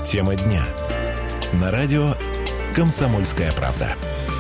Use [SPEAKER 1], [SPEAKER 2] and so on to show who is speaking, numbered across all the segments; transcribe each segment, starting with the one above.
[SPEAKER 1] Тема дня. На радио «Комсомольская правда».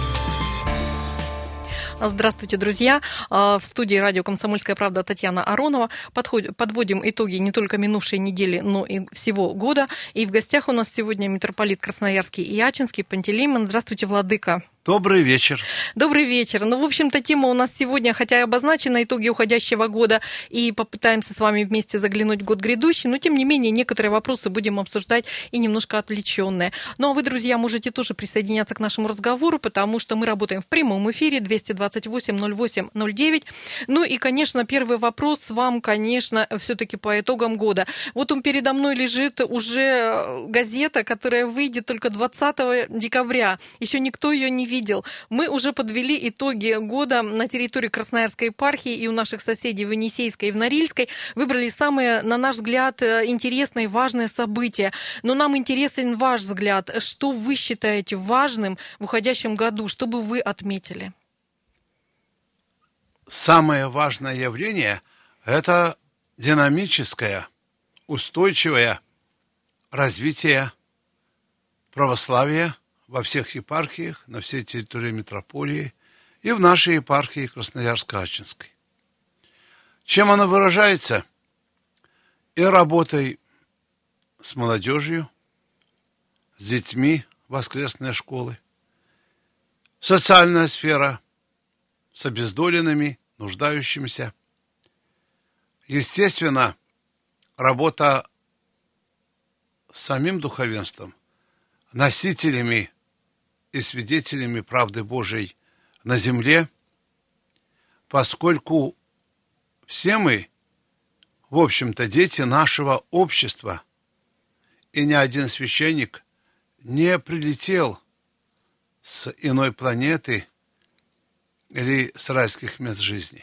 [SPEAKER 2] Здравствуйте, друзья. В студии радио «Комсомольская правда» Татьяна Аронова. Подводим итоги не только минувшей недели, но и всего года. И в гостях у нас сегодня митрополит Красноярский и Ачинский Пантелеймон. Здравствуйте, владыка.
[SPEAKER 3] Добрый вечер.
[SPEAKER 2] Добрый вечер. Ну, в общем-то, тема у нас сегодня, хотя и обозначена, итоги уходящего года, и попытаемся с вами вместе заглянуть в год грядущий, но, тем не менее, некоторые вопросы будем обсуждать и немножко отвлеченные. Ну, а вы, друзья, можете тоже присоединяться к нашему разговору, потому что мы работаем в прямом эфире 228-08-09. Ну, и, конечно, первый вопрос вам, конечно, все-таки по итогам года. Вот он передо мной лежит уже газета, которая выйдет только 20 декабря. Еще никто ее не видел. Мы уже подвели итоги года на территории Красноярской епархии и у наших соседей в Енисейской и в Норильской. Выбрали самые, на наш взгляд, интересные и важные события. Но нам интересен ваш взгляд. Что вы считаете важным в уходящем году? Что бы вы отметили?
[SPEAKER 3] Самое важное явление – это динамическое, устойчивое развитие православия во всех епархиях, на всей территории метрополии и в нашей епархии Красноярско-Ачинской. Чем оно выражается? И работой с молодежью, с детьми воскресной школы, социальная сфера с обездоленными, нуждающимися. Естественно, работа с самим духовенством, носителями и свидетелями правды Божией на земле, поскольку все мы, в общем-то, дети нашего общества, и ни один священник не прилетел с иной планеты или с райских мест жизни.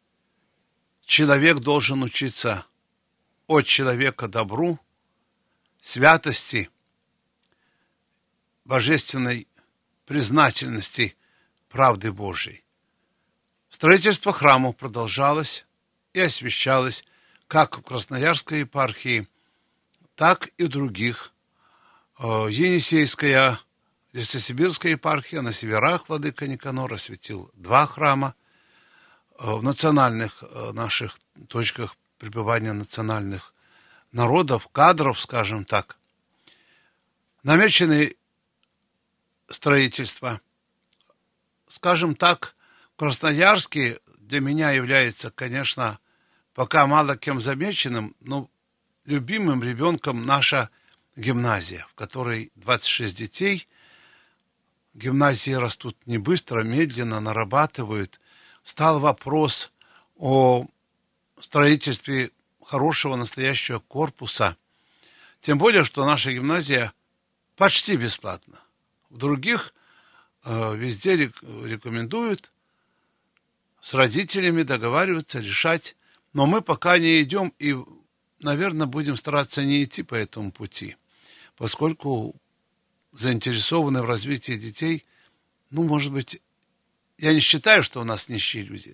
[SPEAKER 3] Человек должен учиться от человека добру, святости, божественной признательности правды Божией. Строительство храмов продолжалось и освящалось как в Красноярской епархии, так и в других. Енисейская, Лесосибирская епархия на северах владыка Никанор осветил 2 храма. В национальных наших точках пребывания национальных народов, кадров, скажем так, намечены строительство. Скажем так, в Красноярске для меня является, конечно, пока мало кем замеченным, но любимым ребенком наша гимназия, в которой 26 детей. Гимназии растут не быстро, медленно, нарабатывают. Стал вопрос о строительстве хорошего настоящего корпуса. Тем более, что наша гимназия почти бесплатна. В других везде рекомендуют с родителями договариваться, решать. Но мы пока не идем и, наверное, будем стараться не идти по этому пути, поскольку заинтересованы в развитии детей, может быть, я не считаю, что у нас нищие люди,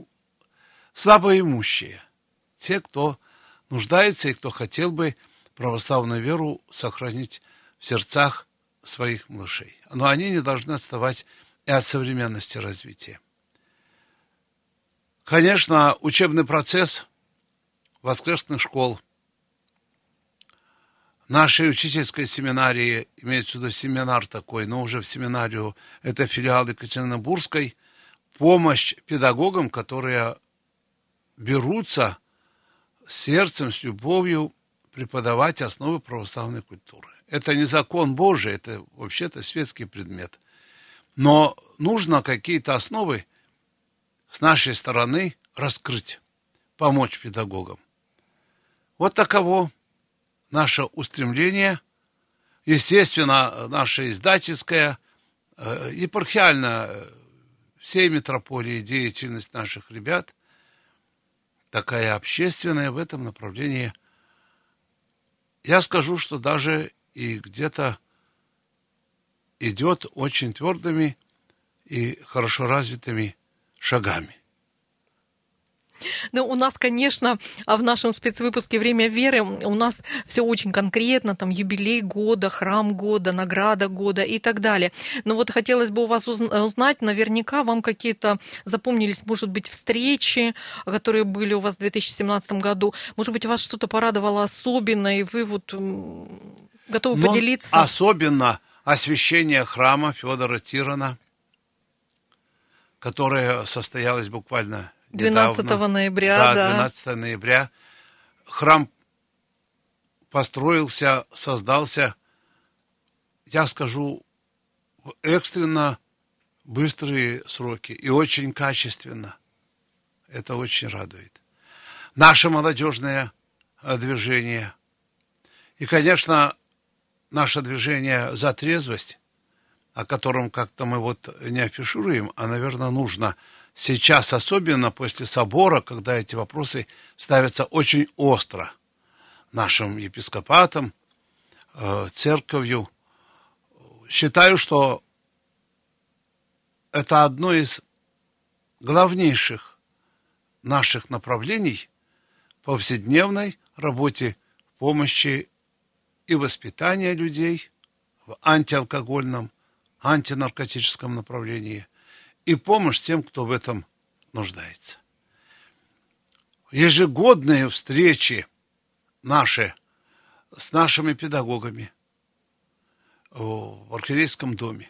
[SPEAKER 3] слабоимущие. Те, кто нуждается и кто хотел бы православную веру сохранить в сердцах своих малышей. Но они не должны отставать и от современности развития. Конечно, учебный процесс воскресных школ, нашей учительской семинарии, имеется в виду семинар такой, но уже в семинарию, это филиал Екатеринбургской, помощь педагогам, которые берутся с сердцем, с любовью преподавать основы православной культуры. Это не закон Божий, это вообще-то светский предмет. Но нужно какие-то основы с нашей стороны раскрыть, помочь педагогам. Вот таково наше устремление. Естественно, наша издательская, епархиальная, всей метрополии деятельность наших ребят, такая общественная в этом направлении. Я скажу, что даже и где-то идет очень твердыми и хорошо развитыми шагами.
[SPEAKER 2] Ну, у нас, конечно, в нашем спецвыпуске «Время веры» у нас все очень конкретно, там юбилей года, храм года, награда года и так далее. Но вот хотелось бы у вас узнать, наверняка вам какие-то запомнились, может быть, встречи, которые были у вас в 2017 году. Может быть, вас что-то порадовало особенно, и вы вот готовы поделиться?
[SPEAKER 3] Особенно освящение храма Федора Тирона, которое состоялось буквально
[SPEAKER 2] 12
[SPEAKER 3] недавно.
[SPEAKER 2] ноября, да.
[SPEAKER 3] 12 ноября. Храм построился, создался, я скажу, в экстренно быстрые сроки и очень качественно. Это очень радует. Наше молодежное движение. И, конечно, наше движение «За трезвость», о котором как-то мы вот не афишируем, а, наверное, нужно сейчас, особенно после собора, когда эти вопросы ставятся очень остро нашим епископатом, церковью. Считаю, что это одно из главнейших наших направлений в повседневной работе помощи и воспитания людей в антиалкогольном, антинаркотическом направлении и помощь тем, кто в этом нуждается. Ежегодные встречи наши с нашими педагогами в архиерейском доме,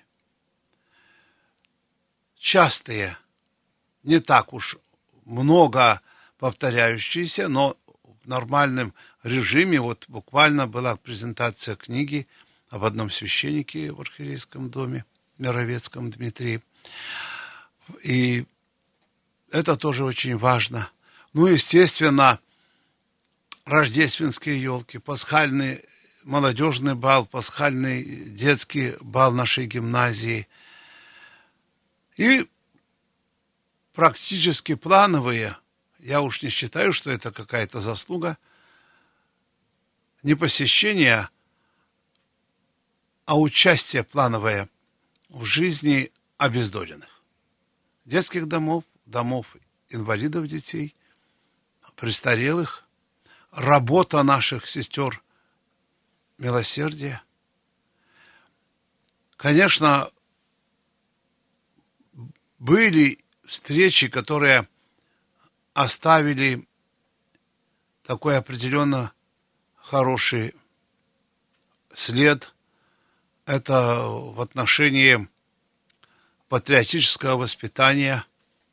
[SPEAKER 3] частые, не так уж много повторяющиеся, но в нормальном режиме. Вот буквально была презентация книги об одном священнике в архиерейском доме, Мировецком Дмитрии. И это тоже очень важно. Ну, естественно, рождественские елки, пасхальный молодежный бал, пасхальный детский бал нашей гимназии. И практически плановые, я уж не считаю, что это какая-то заслуга, не посещение, а участие плановое в жизни обездоленных. Детских домов, домов инвалидов детей, престарелых, работа наших сестер милосердия. Конечно, были встречи, которые оставили такой определенно хороший след. Это в отношении патриотического воспитания.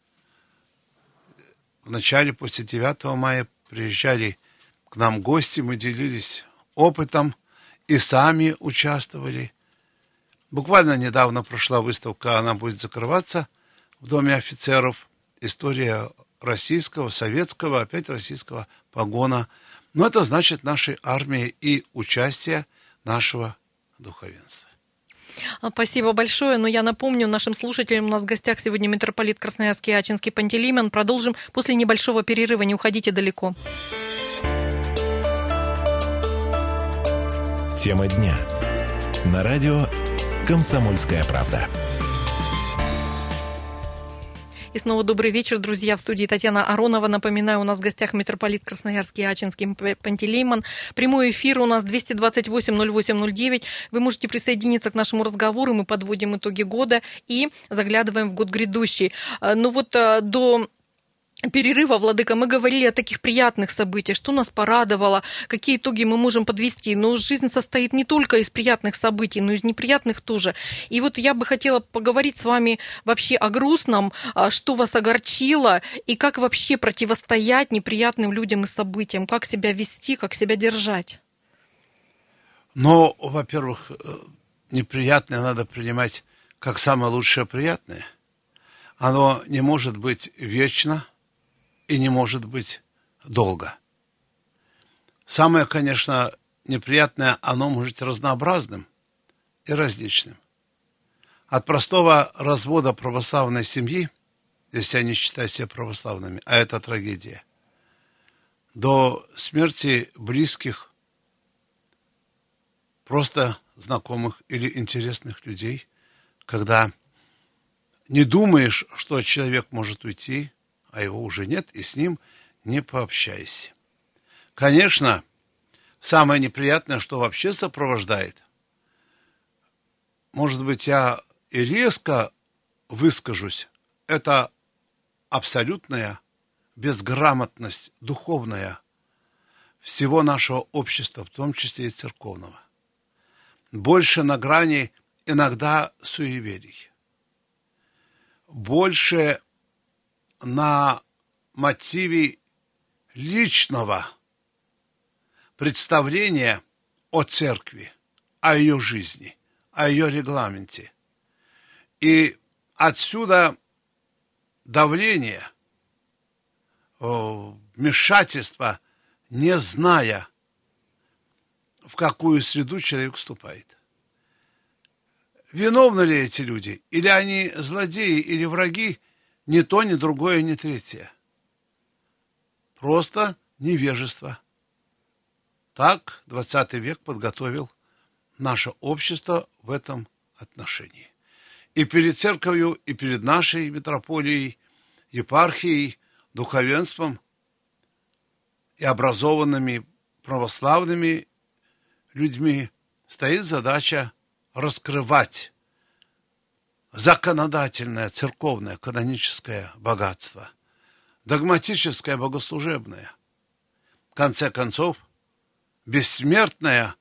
[SPEAKER 3] В начале, после 9 мая, приезжали к нам гости, мы делились опытом и сами участвовали. Буквально недавно прошла выставка, она будет закрываться в Доме офицеров. История российского, советского, опять российского погона. Но это значит нашей армии и участие нашего духовенства.
[SPEAKER 2] Спасибо большое. Но я напомню нашим слушателям, у нас в гостях сегодня митрополит Красноярский и Ачинский Пантелеймон. Продолжим после небольшого перерыва. Не уходите далеко.
[SPEAKER 1] Тема дня. На радио «Комсомольская правда».
[SPEAKER 2] И снова добрый вечер, друзья. В студии Татьяна Аронова. Напоминаю, у нас в гостях митрополит Красноярский и Ачинский Пантелеймон. Прямой эфир у нас 228-08-09. Вы можете присоединиться к нашему разговору. Мы подводим итоги года и заглядываем в год грядущий. Ну вот до перерыва, Владыка, мы говорили о таких приятных событиях, что нас порадовало, какие итоги мы можем подвести. Но жизнь состоит не только из приятных событий, но и из неприятных тоже. И вот я бы хотела поговорить с вами вообще о грустном, что вас огорчило, и как вообще противостоять неприятным людям и событиям, как себя вести, как себя держать.
[SPEAKER 3] Но, во-первых, неприятное надо принимать как самое лучшее приятное. Оно не может быть вечно и не может быть долго. Самое, конечно, неприятное, оно может быть разнообразным и различным. От простого развода православной семьи, если они считают себя православными, а это трагедия, до смерти близких, просто знакомых или интересных людей, когда не думаешь, что человек может уйти, а его уже нет, и с ним не пообщайся. Конечно, самое неприятное, что вообще сопровождает, может быть, я и резко выскажусь, это абсолютная безграмотность духовная всего нашего общества, в том числе и церковного. Больше на грани иногда суеверий. Больше на мотиве личного представления о церкви, о ее жизни, о ее регламенте. И отсюда давление, вмешательство, не зная, в какую среду человек вступает. Виновны ли эти люди? Или они злодеи, или враги? Ни то, ни другое, ни третье. Просто невежество. Так 20 век подготовил наше общество в этом отношении. И перед церковью, и перед нашей митрополией, епархией, духовенством и образованными православными людьми стоит задача раскрывать законодательное, церковное, каноническое богатство, догматическое, богослужебное, в конце концов, бессмертное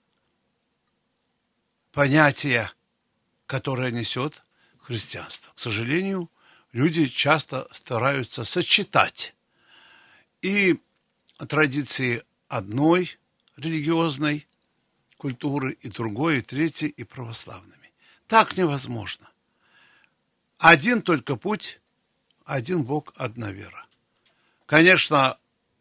[SPEAKER 3] понятие, которое несет христианство. К сожалению, люди часто стараются сочетать и традиции одной религиозной культуры, и другой, и третьей, и православными. Так невозможно. Один только путь, один Бог, одна вера. Конечно,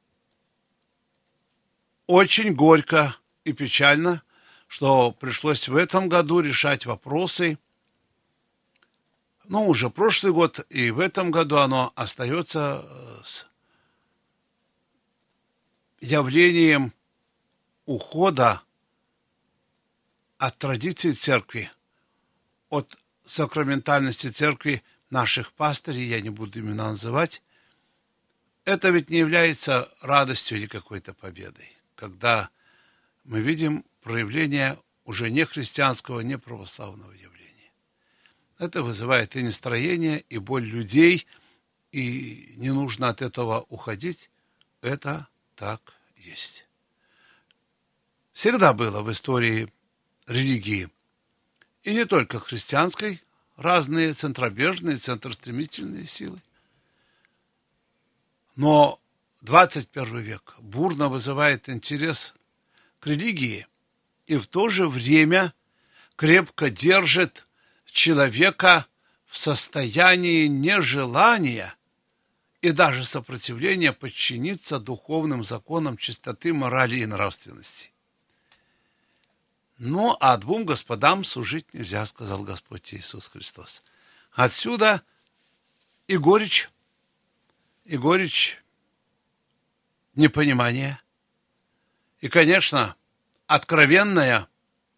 [SPEAKER 3] очень горько и печально, что пришлось в этом году решать вопросы. Ну, уже прошлый год, и в этом году оно остается с явлением ухода от традиции церкви, от сакраментальности церкви наших пастырей, я не буду имена называть. Это ведь не является радостью или какой-то победой, когда мы видим проявление уже не христианского, не православного явления. Это вызывает и настроение, и боль людей, и не нужно от этого уходить. Это так есть. Всегда было в истории религии, и не только христианской, разные центробежные, центростремительные силы. Но 21 век бурно вызывает интерес к религии и в то же время крепко держит человека в состоянии нежелания и даже сопротивления подчиниться духовным законам чистоты, морали и нравственности. Ну, а двум господам служить нельзя, сказал Господь Иисус Христос. Отсюда и горечь непонимания, и, конечно, откровенная.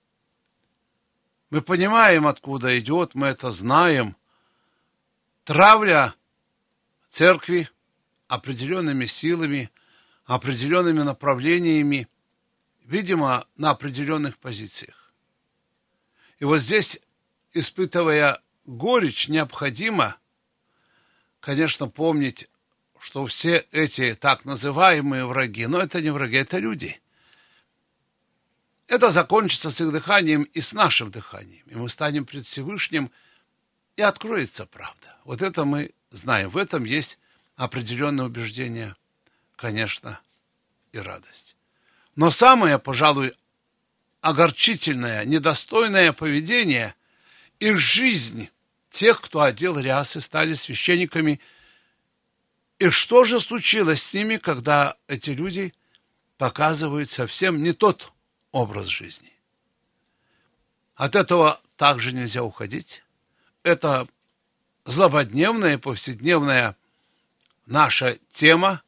[SPEAKER 3] Мы понимаем, откуда идет, мы это знаем. Травля церкви определенными силами, определенными направлениями, видимо, на определенных позициях. И вот здесь, испытывая горечь, необходимо, конечно, помнить, что все эти так называемые враги, но это не враги, это люди. Это закончится с их дыханием и с нашим дыханием. И мы станем пред Всевышним, и откроется правда. Вот это мы знаем. В этом есть определенное убеждение, конечно, и радость. Но самое, пожалуй, огорчительное, недостойное поведение и жизнь тех, кто одел рясы, стали священниками. И что же случилось с ними, когда эти люди показывают совсем не тот образ жизни? От этого также нельзя уходить. Это злободневная, повседневная наша тема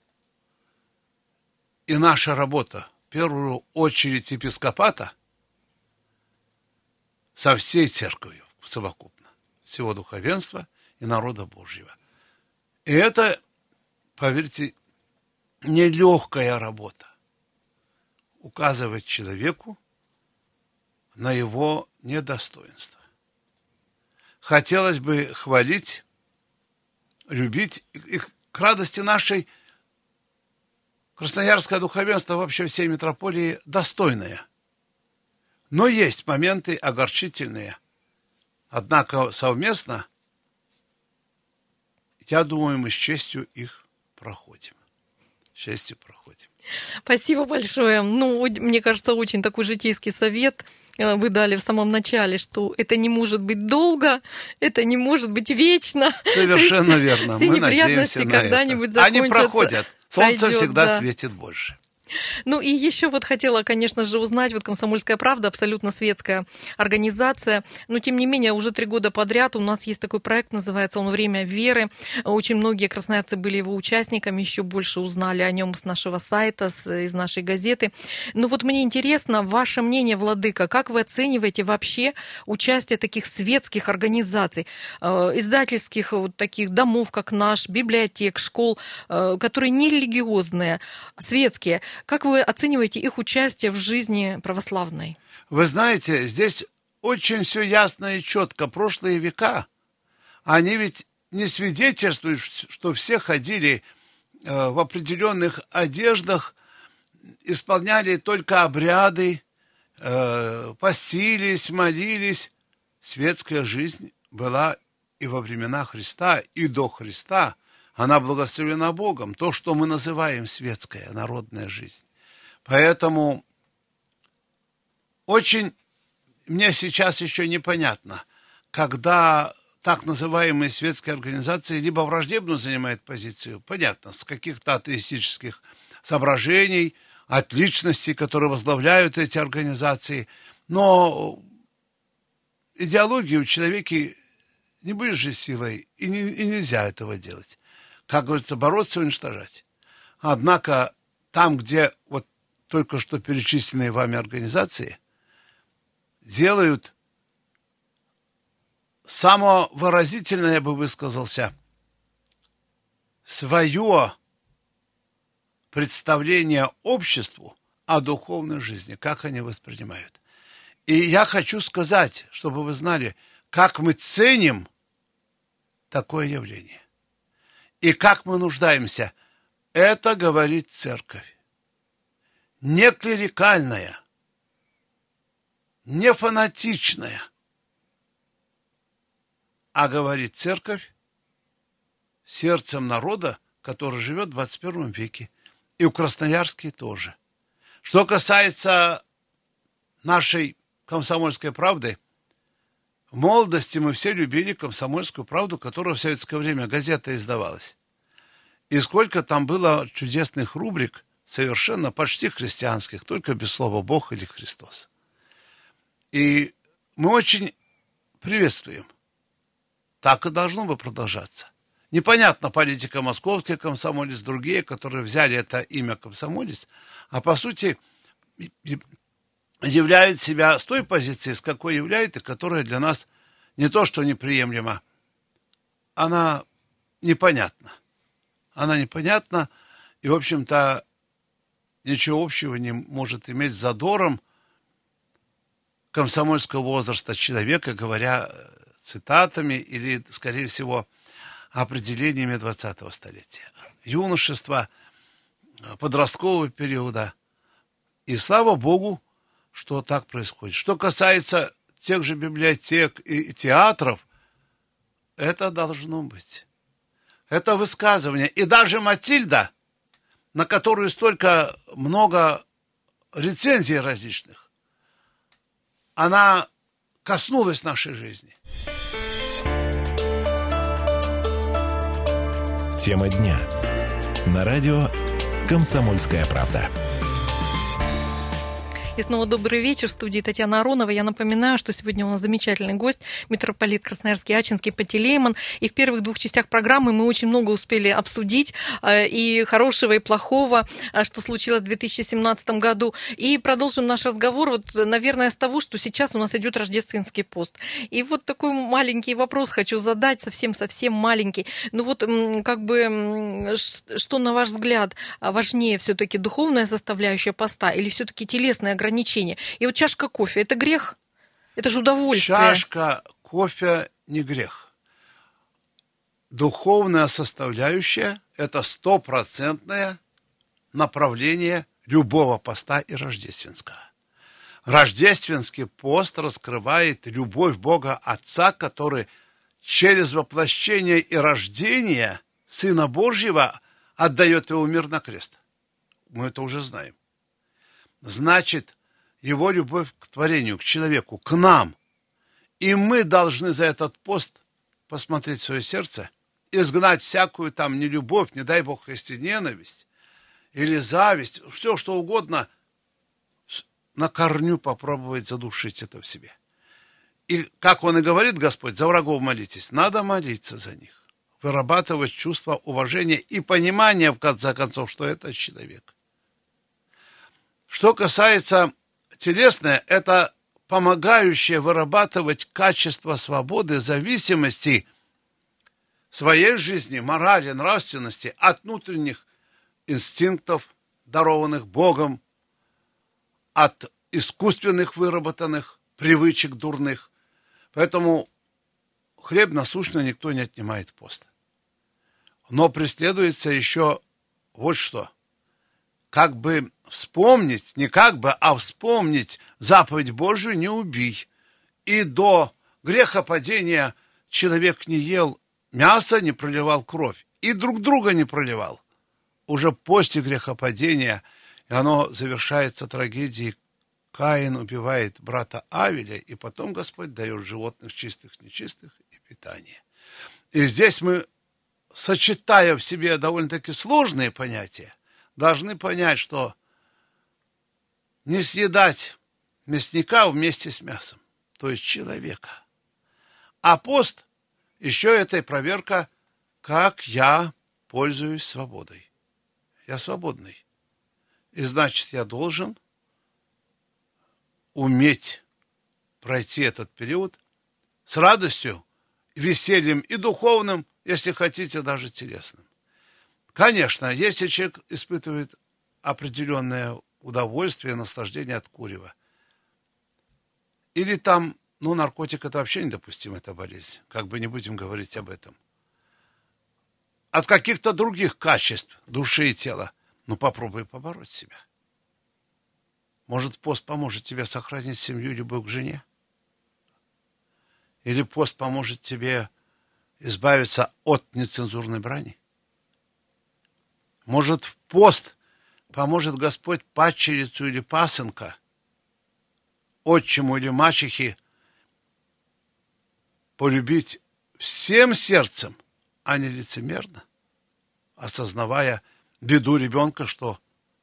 [SPEAKER 3] и наша работа. В первую очередь епископата со всей церковью совокупно, всего духовенства и народа Божьего. И это поверьте, нелегкая работа указывать человеку на его недостоинство. Хотелось бы хвалить, любить. И к радости нашей красноярское духовенство, вообще всей митрополии, достойное. Но есть моменты огорчительные. Однако совместно, я думаю, мы с честью их проходим. С честью проходим.
[SPEAKER 2] Спасибо большое. Ну, мне кажется, очень такой житейский совет вы дали в самом начале, что это не может быть долго, это не может быть вечно.
[SPEAKER 3] Совершенно верно.
[SPEAKER 2] Все
[SPEAKER 3] мы
[SPEAKER 2] неприятности
[SPEAKER 3] надеемся
[SPEAKER 2] когда-нибудь
[SPEAKER 3] на это. Они
[SPEAKER 2] закончатся.
[SPEAKER 3] проходят. Солнце
[SPEAKER 2] пройдет,
[SPEAKER 3] всегда
[SPEAKER 2] да.
[SPEAKER 3] светит больше.
[SPEAKER 2] Ну и еще вот хотела, конечно же, узнать, вот «Комсомольская правда» абсолютно светская организация, но тем не менее уже 3 года подряд у нас есть такой проект, называется он «Время веры». Очень многие красноярцы были его участниками, еще больше узнали о нем с нашего сайта, из нашей газеты. Но вот мне интересно, ваше мнение, владыка, как вы оцениваете вообще участие таких светских организаций, издательских вот таких домов, как наш, библиотек, школ, которые не религиозные, светские? Как вы оцениваете их участие в жизни православной?
[SPEAKER 3] Вы знаете, здесь очень все ясно и четко. Прошлые века, они ведь не свидетельствуют, что все ходили в определенных одеждах, исполняли только обряды, постились, молились. Светская жизнь была и во времена Христа, и до Христа. Она благословена Богом. То, что мы называем светская, народная жизнь. Поэтому очень мне сейчас еще непонятно, когда так называемые светские организации либо враждебную занимают позицию, понятно, с каких-то атеистических соображений, от личностей, которые возглавляют эти организации, но идеологию у человека не будешь же силой, и нельзя этого делать. Как говорится, бороться, уничтожать. Однако там, где вот только что перечисленные вами организации делают самовыразительно, я бы высказался, свое представление обществу о духовной жизни, как они воспринимают. И я хочу сказать, чтобы вы знали, как мы ценим такое явление. И как мы нуждаемся. Это говорит церковь. Не клерикальная, не фанатичная, а говорит церковь сердцем народа, который живет в 21 веке. И в Красноярске тоже. Что касается нашей «Комсомольской правды», в молодости мы все любили «Комсомольскую правду», которая в советское время газета издавалась. И сколько там было чудесных рубрик, совершенно почти христианских, только без слова «Бог» или «Христос». И мы очень приветствуем. Так и должно бы продолжаться. Непонятно, политика московская «Комсомолец», другие, которые взяли это имя «Комсомолец», а по сути являют себя с той позиции, с какой являют, и которая для нас не то что неприемлема, она непонятна. Она непонятна и, в общем-то, ничего общего не может иметь с задором комсомольского возраста человека, говоря цитатами или, скорее всего, определениями 20-го столетия. Юношества, подросткового периода. И слава Богу, что так происходит. Что касается тех же библиотек и театров, это должно быть. Это высказывание. И даже Матильда, на которую столько много рецензий различных, она коснулась нашей жизни.
[SPEAKER 1] Тема дня. На радио «Комсомольская правда».
[SPEAKER 2] И снова добрый вечер. В студии Татьяна Аронова. Я напоминаю, что сегодня у нас замечательный гость, митрополит Красноярский Ачинский Пантелеймон. И в первых двух частях программы мы очень много успели обсудить и хорошего, и плохого, что случилось в 2017 году. И продолжим наш разговор, вот, наверное, с того, что сейчас у нас идет рождественский пост. И вот такой маленький вопрос хочу задать, совсем маленький. Ну вот, как бы, что, на ваш взгляд, важнее все-таки духовная составляющая поста или все-таки телесные ограничения? И вот чашка кофе – это грех? Это же удовольствие.
[SPEAKER 3] Чашка кофе не грех. Духовная составляющая – это 100% направление любого поста и рождественского. Рождественский пост раскрывает любовь Бога Отца, который через воплощение и рождение Сына Божьего отдает его мир на крест. Мы это уже знаем. Значит, его любовь к творению, к человеку, к нам. И мы должны за этот пост посмотреть в свое сердце, изгнать всякую там нелюбовь, не дай Бог, если ненависть или зависть, все что угодно, на корню попробовать задушить это в себе. И, как он и говорит, Господь, за врагов молитесь. Надо молиться за них. Вырабатывать чувство уважения и понимания, в конце концов, что это человек. Что касается телесное, это помогающее вырабатывать качество свободы, зависимости своей жизни, морали, нравственности от внутренних инстинктов, дарованных Богом, от искусственных выработанных привычек дурных. Поэтому хлеб насущный никто не отнимает пост. Но преследуется еще вот что. Как бы вспомнить, не как бы, а вспомнить заповедь Божию «не убий». И до грехопадения человек не ел мясо, не проливал кровь. И друг друга не проливал. Уже после грехопадения, и оно завершается трагедией, Каин убивает брата Авеля, и потом Господь дает животных чистых, нечистых и питание. И здесь мы, сочетая в себе довольно-таки сложные понятия, должны понять, что не съедать мясника вместе с мясом, то есть человека. А пост еще это и проверка, как я пользуюсь свободой. Я свободный. И значит, я должен уметь пройти этот период с радостью, весельем и духовным, если хотите, даже телесным. Конечно, если человек испытывает определенное удовольствие, наслаждение от курева, или там, наркотик – это вообще недопустимо, эта болезнь, как бы не будем говорить об этом. От каких-то других качеств души и тела, попробуй побороть себя. Может, пост поможет тебе сохранить семью и любовь к жене? Или пост поможет тебе избавиться от нецензурной брани? Может, в пост поможет Господь падчерицу или пасынка, отчиму или мачехе полюбить всем сердцем, а не лицемерно, осознавая беду ребенка, что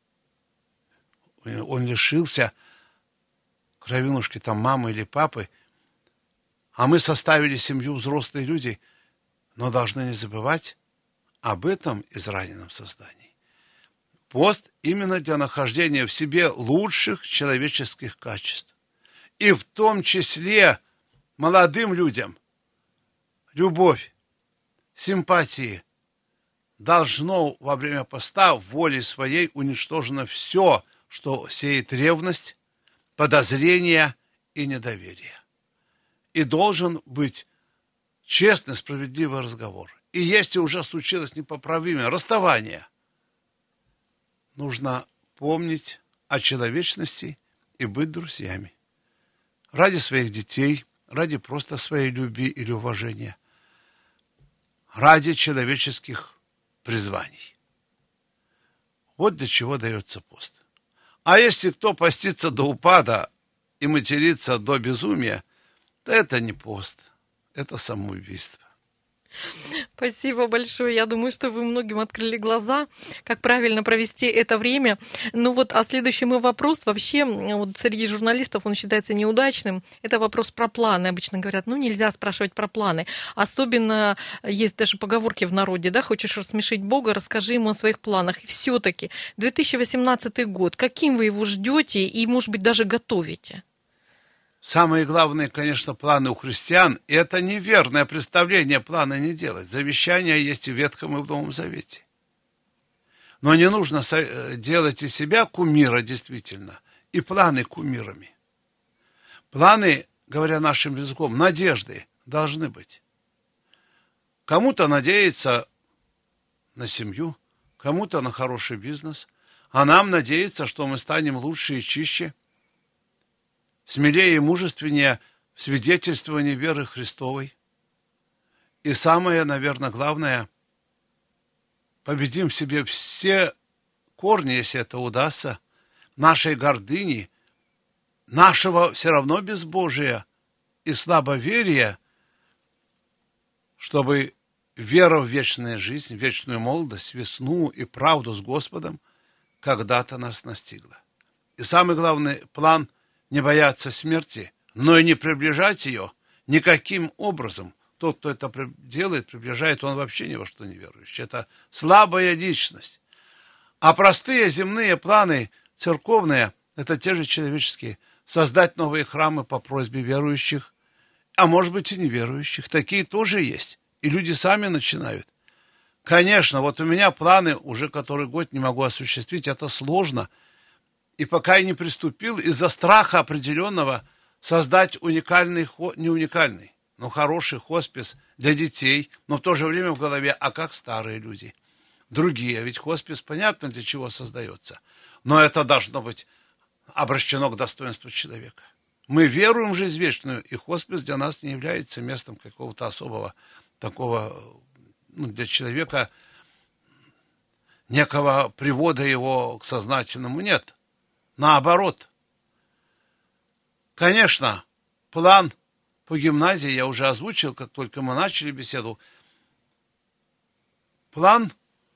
[SPEAKER 3] он лишился кровинушки там мамы или папы, а мы составили семью, взрослые люди, но должны не забывать об этом израненном создании. Пост именно для нахождения в себе лучших человеческих качеств. И в том числе молодым людям любовь, симпатии. Должно во время поста волей своей уничтожено все, что сеет ревность, подозрение и недоверие. И должен быть честный, справедливый разговор. И если уже случилось непоправимое расставание, нужно помнить о человечности и быть друзьями. Ради своих детей, ради просто своей любви или уважения, ради человеческих призваний. Вот для чего дается пост. А если кто постится до упада и матерится до безумия, то это не пост, это самоубийство.
[SPEAKER 2] Спасибо большое. Я думаю, что вы многим открыли глаза, как правильно провести это время. Ну вот, а следующий мой вопрос, вообще, вот среди журналистов он считается неудачным. Это вопрос про планы. Обычно говорят, ну нельзя спрашивать про планы. Особенно есть даже поговорки в народе, да, хочешь рассмешить Бога, расскажи ему о своих планах. И все-таки 2018 год, каким вы его ждете и, может быть, даже готовите?
[SPEAKER 3] Самые главные, конечно, планы у христиан, и это неверное представление плана не делать. Завещание есть и в Ветхом, и в Новом Завете. Но не нужно делать из себя кумира, действительно, и планы кумирами. Планы, говоря нашим языком, надежды должны быть. Кому-то надеяться на семью, кому-то на хороший бизнес, а нам надеяться, что мы станем лучше и чище, смелее и мужественнее в свидетельствовании веры Христовой. И самое, наверное, главное, победим в себе все корни, если это удастся, нашей гордыни, нашего все равно безбожия и слабоверия, чтобы вера в вечную жизнь, в вечную молодость, весну и правду с Господом когда-то нас настигла. И самый главный план – не бояться смерти, но и не приближать ее никаким образом. Тот, кто это делает, приближает, он вообще ни во что не верующий. Это слабая личность. А простые земные планы, церковные, это те же человеческие. Создать новые храмы по просьбе верующих, а может быть и неверующих. Такие тоже есть. И люди сами начинают. Конечно, вот у меня планы уже который год не могу осуществить. Это сложно. И пока я не приступил, из-за страха определенного создать уникальный, не уникальный, но хороший хоспис для детей, но в то же время в голове, а как старые люди? Другие, ведь хоспис понятно для чего создается, но это должно быть обращено к достоинству человека. Мы веруем в жизнь вечную, и хоспис для нас не является местом какого-то особого такого, для человека некого привода его к сознательному нет. Наоборот. Конечно, план по гимназии я уже озвучил, как только мы начали беседу. План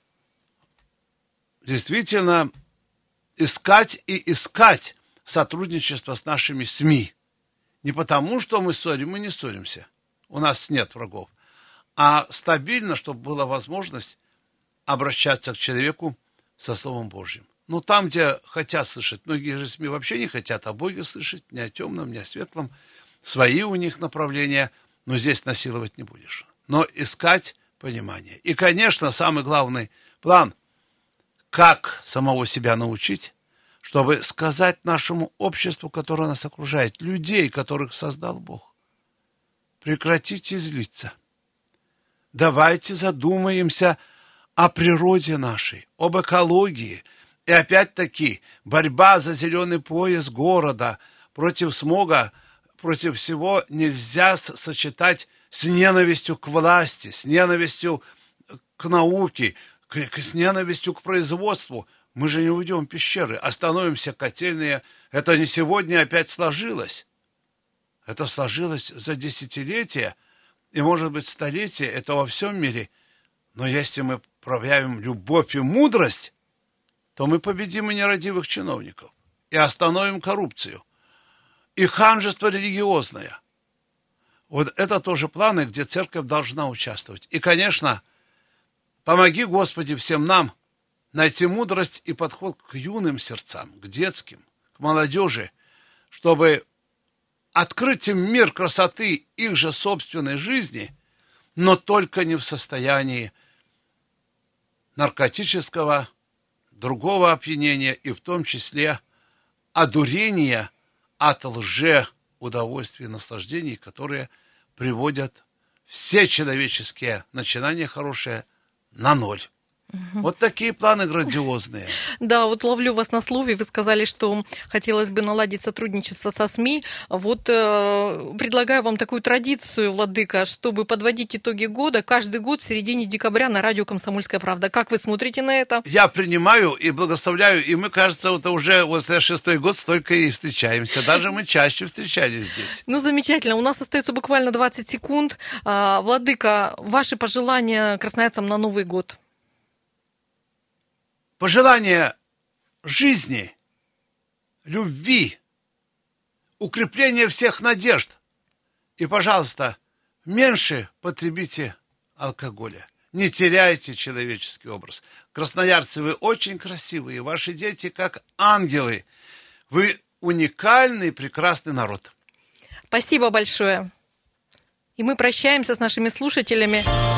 [SPEAKER 3] действительно искать сотрудничество с нашими СМИ. Не потому, что мы не ссоримся, у нас нет врагов, а стабильно, чтобы была возможность обращаться к человеку со Словом Божьим. Ну, там, где хотят слышать, многие же СМИ вообще не хотят о Боге слышать, ни о темном, ни о светлом. Свои у них направления, но здесь насиловать не будешь. Но искать понимание. И, конечно, самый главный план, как самого себя научить, чтобы сказать нашему обществу, которое нас окружает, людей, которых создал Бог, прекратите злиться. Давайте задумаемся о природе нашей, об экологии. И опять-таки борьба за зеленый пояс города против смога, против всего нельзя сочетать с ненавистью к власти, с ненавистью к науке, с ненавистью к производству. Мы же не уйдем в пещеры, остановимся котельные. Это не сегодня опять сложилось. Это сложилось за десятилетия и, может быть, столетия. Это во всем мире. Но если мы проявим любовь и мудрость, то мы победим и нерадивых чиновников, и остановим коррупцию, и ханжество религиозное. Вот это тоже планы, где церковь должна участвовать. И, конечно, помоги, Господи, всем нам найти мудрость и подход к юным сердцам, к детским, к молодежи, чтобы открыть им мир красоты их же собственной жизни, но только не в состоянии наркотического, другого опьянения и в том числе одурения от лжеудовольствий и наслаждений, которые приводят все человеческие начинания хорошие на ноль. Вот такие планы грандиозные.
[SPEAKER 2] Да, вот ловлю вас на слове. Вы сказали, что хотелось бы наладить сотрудничество со СМИ. Вот предлагаю вам такую традицию, Владыка, чтобы подводить итоги года каждый год в середине декабря на радио «Комсомольская правда». Как вы смотрите на это?
[SPEAKER 3] Я принимаю и благословляю, и мы, кажется, вот уже вот 6-й год столько и встречаемся. Даже мы чаще встречались здесь.
[SPEAKER 2] Ну, замечательно. У нас остается буквально 20 секунд. Владыка, ваши пожелания красноярцам на Новый год?
[SPEAKER 3] Пожелание жизни, любви, укрепления всех надежд. И, пожалуйста, меньше потребите алкоголя. Не теряйте человеческий образ. Красноярцы, вы очень красивые. Ваши дети как ангелы. Вы уникальный, прекрасный народ.
[SPEAKER 2] Спасибо большое. И мы прощаемся с нашими слушателями.